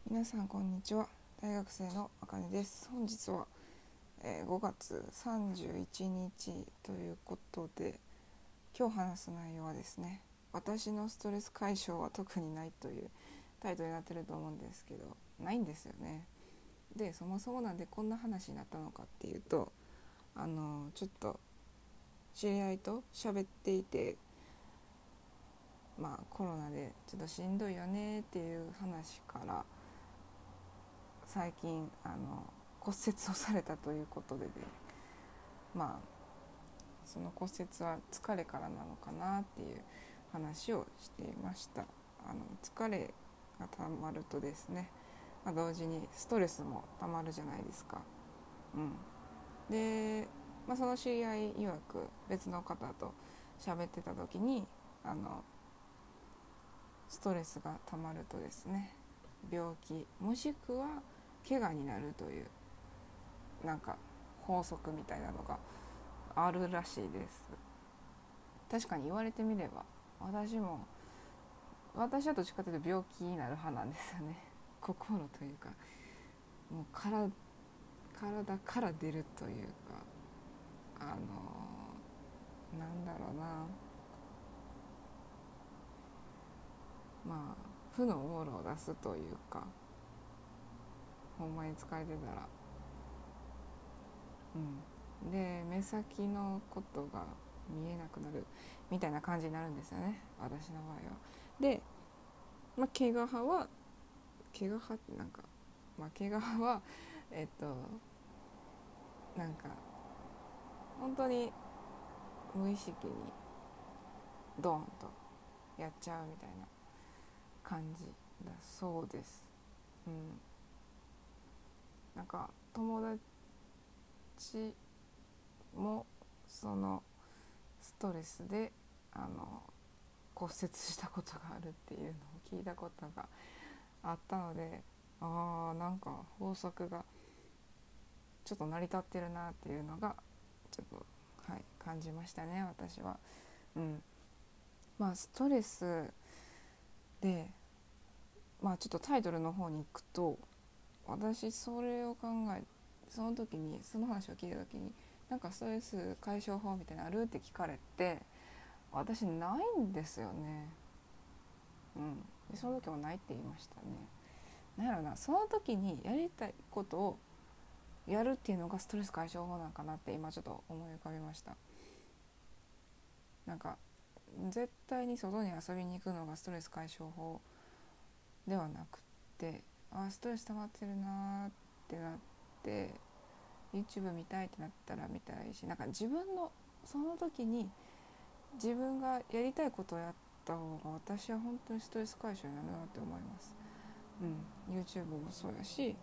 皆さんこんにちは。大学生のあかねです。本日は、5月31日ということで、今日話す内容はですね、私のストレス解消は特にないというタイトルになってると思うんですけど、ないんですよね。で、そもそもなんでこんな話になったのかっていうと、ちょっと知り合いと喋っていて、コロナでちょっとしんどいよねっていう話から最近骨折をされたということで、その骨折は疲れからなのかなっていう話をしていました。疲れがたまるとですね、同時にストレスもたまるじゃないですか。で、その知り合い曰く別の方と喋ってた時にストレスがたまるとですね、病気もしくは怪我になるという法則みたいなのがあるらしいです。確かに言われてみれば私はどっちかというと病気になる派なんですよね。心というか、もう体から出るというか、なんだろうな、負のオーラを出すというか、ほんまに疲れてたら、で目先のことが見えなくなるみたいな感じになるんですよね、私の場合は。で、怪我派は怪我派って怪我派は本当に無意識にドーンとやっちゃうみたいな感じだそうです。友達もそのストレスで骨折したことがあるっていうのを聞いたことがあったので、法則がちょっと成り立ってるなっていうのがちょっと、感じましたね、私は。ストレスで、ちょっとタイトルの方に行くと、私それをその時にその話を聞いた時にストレス解消法みたいなのあるって聞かれて、私ないんですよね。でその時もないって言いましたね。なんやろな、その時にやりたいことをやるっていうのがストレス解消法なんかなって今ちょっと思い浮かびました。絶対に外に遊びに行くのがストレス解消法ではなくって、ストレス溜まってるなってなって YouTube 見たいってなったら見たらいいし、自分のその時に自分がやりたいことをやった方が私は本当にストレス解消になるなって思います。YouTube もそうやし、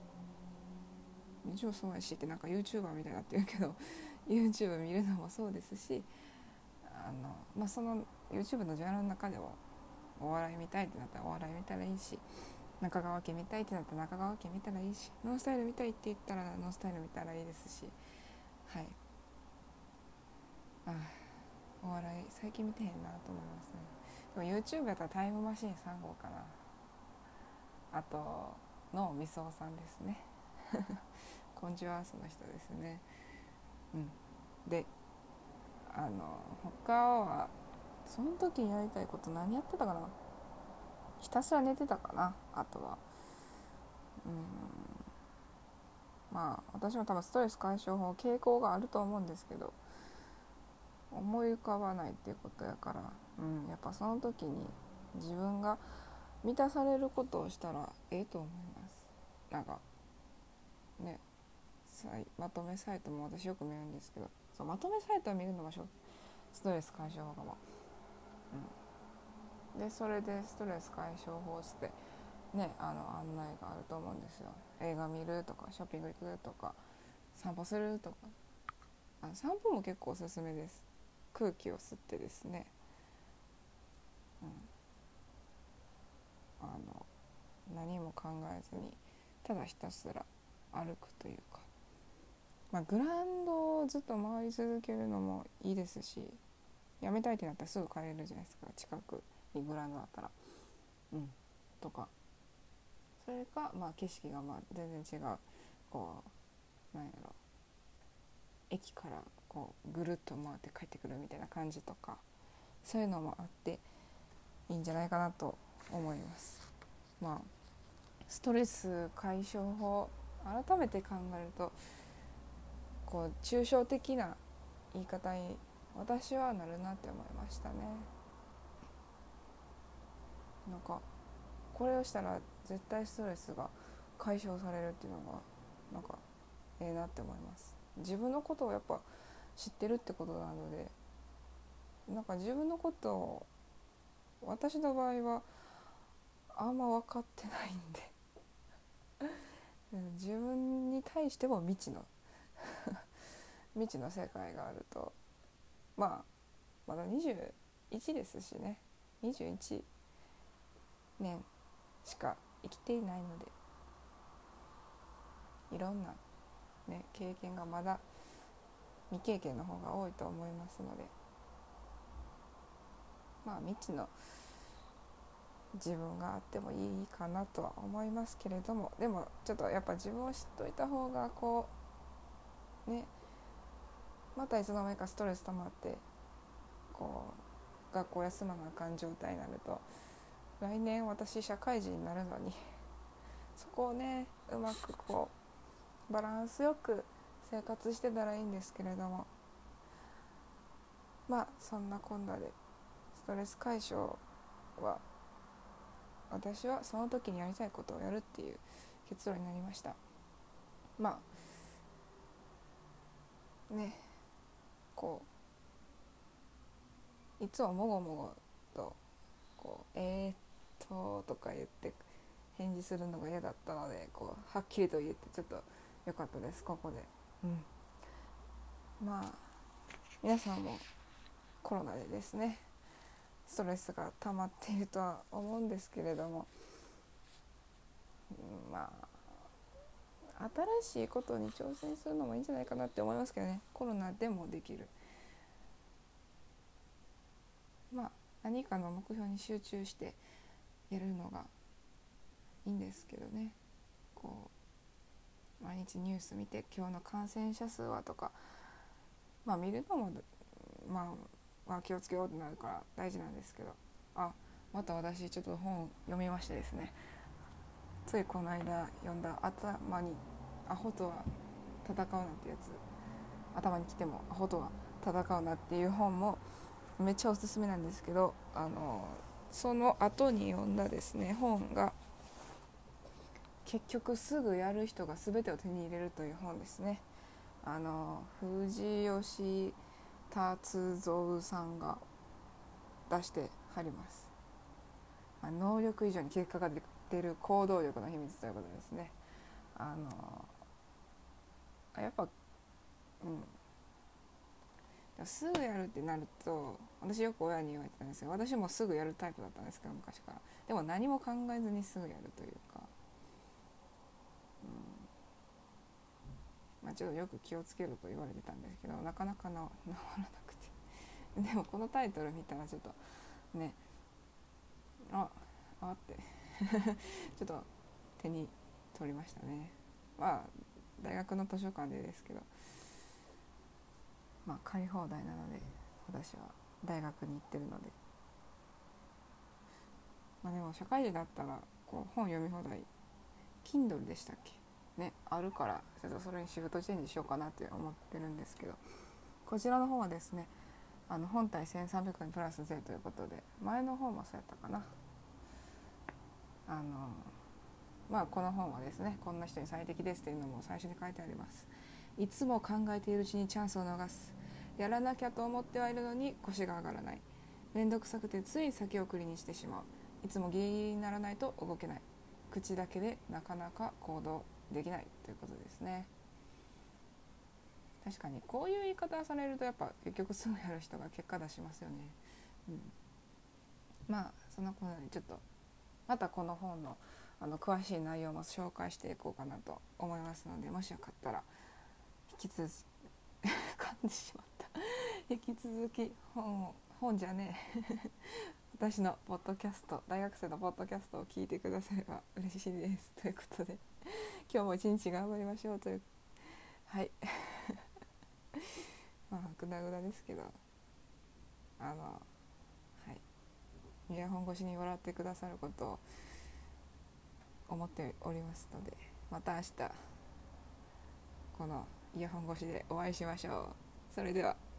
ってYouTuber みたいになってるけどYouTube 見るのもそうですし、その YouTube のジャンルの中でもお笑い見たいってなったらお笑い見たらいいし、中川家見たいってなったら中川家見たらいいし、ノンスタイル見たいって言ったらノンスタイル見たらいいですし、お笑い最近見てへんなと思いますね。でも YouTube やったらタイムマシーン3号かな。あとのみそさんですねコンジュアースの人ですね。で、他はその時にやりたいこと何やってたかな。ひたすら寝てたかな。あとは私も多分ストレス解消法傾向があると思うんですけど、思い浮かばないっていうことやから、やっぱその時に自分が満たされることをしたらええと思います。ね、まとめサイトも私よく見るんですけど、そうまとめサイトを見るのもストレス解消法かも。でそれでストレス解消法ってね、案内があると思うんですよ。映画見るとか、ショッピング行くとか、散歩するとか。散歩も結構おすすめです。空気を吸ってですね、何も考えずにただひたすら歩くというか、グラウンドをずっと回り続けるのもいいですし、やめたいってなったらすぐ帰れるじゃないですか、近くにグラウンドあったら。とかそれか、景色が全然違う、こうなんやろ、駅からこうぐるっと回って帰ってくるみたいな感じとか、そういうのもあっていいんじゃないかなと思います。ストレス解消法、改めて考えるとこう抽象的な言い方に私はなるなって思いましたね。なんかこれをしたら絶対ストレスが解消されるっていうのがなんかええなって思います。自分のことをやっぱ知ってるってことなので、なんか自分のことを私の場合はあんま分かってないんで自分に対しても未知の世界があると、まだ21ですしね、21年しか生きていないので、いろんな、経験がまだ未経験の方が多いと思いますので、未知の自分があってもいいかなとは思いますけれども、でもちょっとやっぱ自分を知っといた方がこうね、またいつの間にかストレス溜まってこう学校休まなあかん状態になると、来年私社会人になるのにそこをねうまくこうバランスよく生活してたらいいんですけれども、そんなこんなでストレス解消は私はその時にやりたいことをやるっていう結論になりました。こういつももごもごとこうとか言って返事するのが嫌だったので、こうはっきりと言ってちょっと良かったです、ここで。皆さんもコロナでですねストレスが溜まっているとは思うんですけれども、新しいことに挑戦するのもいいんじゃないかなって思いますけどね。コロナでもできる、何かの目標に集中してやるのがいいんですけどね。こう毎日ニュース見て今日の感染者数はとか、見るのも気をつけようってなるから大事なんですけど、また私ちょっと本読みましてですね、ついこの間読んだ頭にアホとは戦うなってやつ、頭に来てもアホとは戦うなっていう本もめっちゃおすすめなんですけど、その後に読んだですね本が結局すぐやる人が全てを手に入れるという本ですね。藤吉達三さんが出してはります。能力以上に結果が出る行動力の秘密ということですね。やっぱすぐやるってなると、私よく親に言われてたんですが、私もすぐやるタイプだったんですけど昔から。でも何も考えずにすぐやるというか、ちょっとよく気をつけろと言われてたんですけど、なかなか治らなくてでもこのタイトル見たらちょっとね、ってちょっと手に取りましたね。大学の図書館でですけど、借り放題なので私は大学に行ってるので、でも社会人だったらこう本読み放題 Kindle でしたっけね、あるから、ちょっとそれにシフトチェンジしようかなって思ってるんですけど、こちらの方はですね本体1300円プラス税ということで、前の方もそうやったかな。この本はですね、こんな人に最適ですっていうのも最初に書いてあります。いつも考えているうちにチャンスを逃す。やらなきゃと思ってはいるのに腰が上がらない。めんどくさくてつい先送りにしてしまう。いつもギリギリにならないと動けない。口だけでなかなか行動できないということですね。確かにこういう言い方されるとやっぱ結局すぐやる人が結果出しますよね。そんなことでちょっとまたこの本の詳しい内容も紹介していこうかなと思いますので、もしよかったら引き続き噛んでしまった引き続き本じゃねえ私のポッドキャスト、大学生のポッドキャストを聞いてくだされば嬉しいですということで、今日も一日頑張りましょうという、はいまあグダグダですけど、はい、イヤホン越しに笑ってくださることを思っておりますので、また明日このイヤホン越しでお会いしましょう。それでは。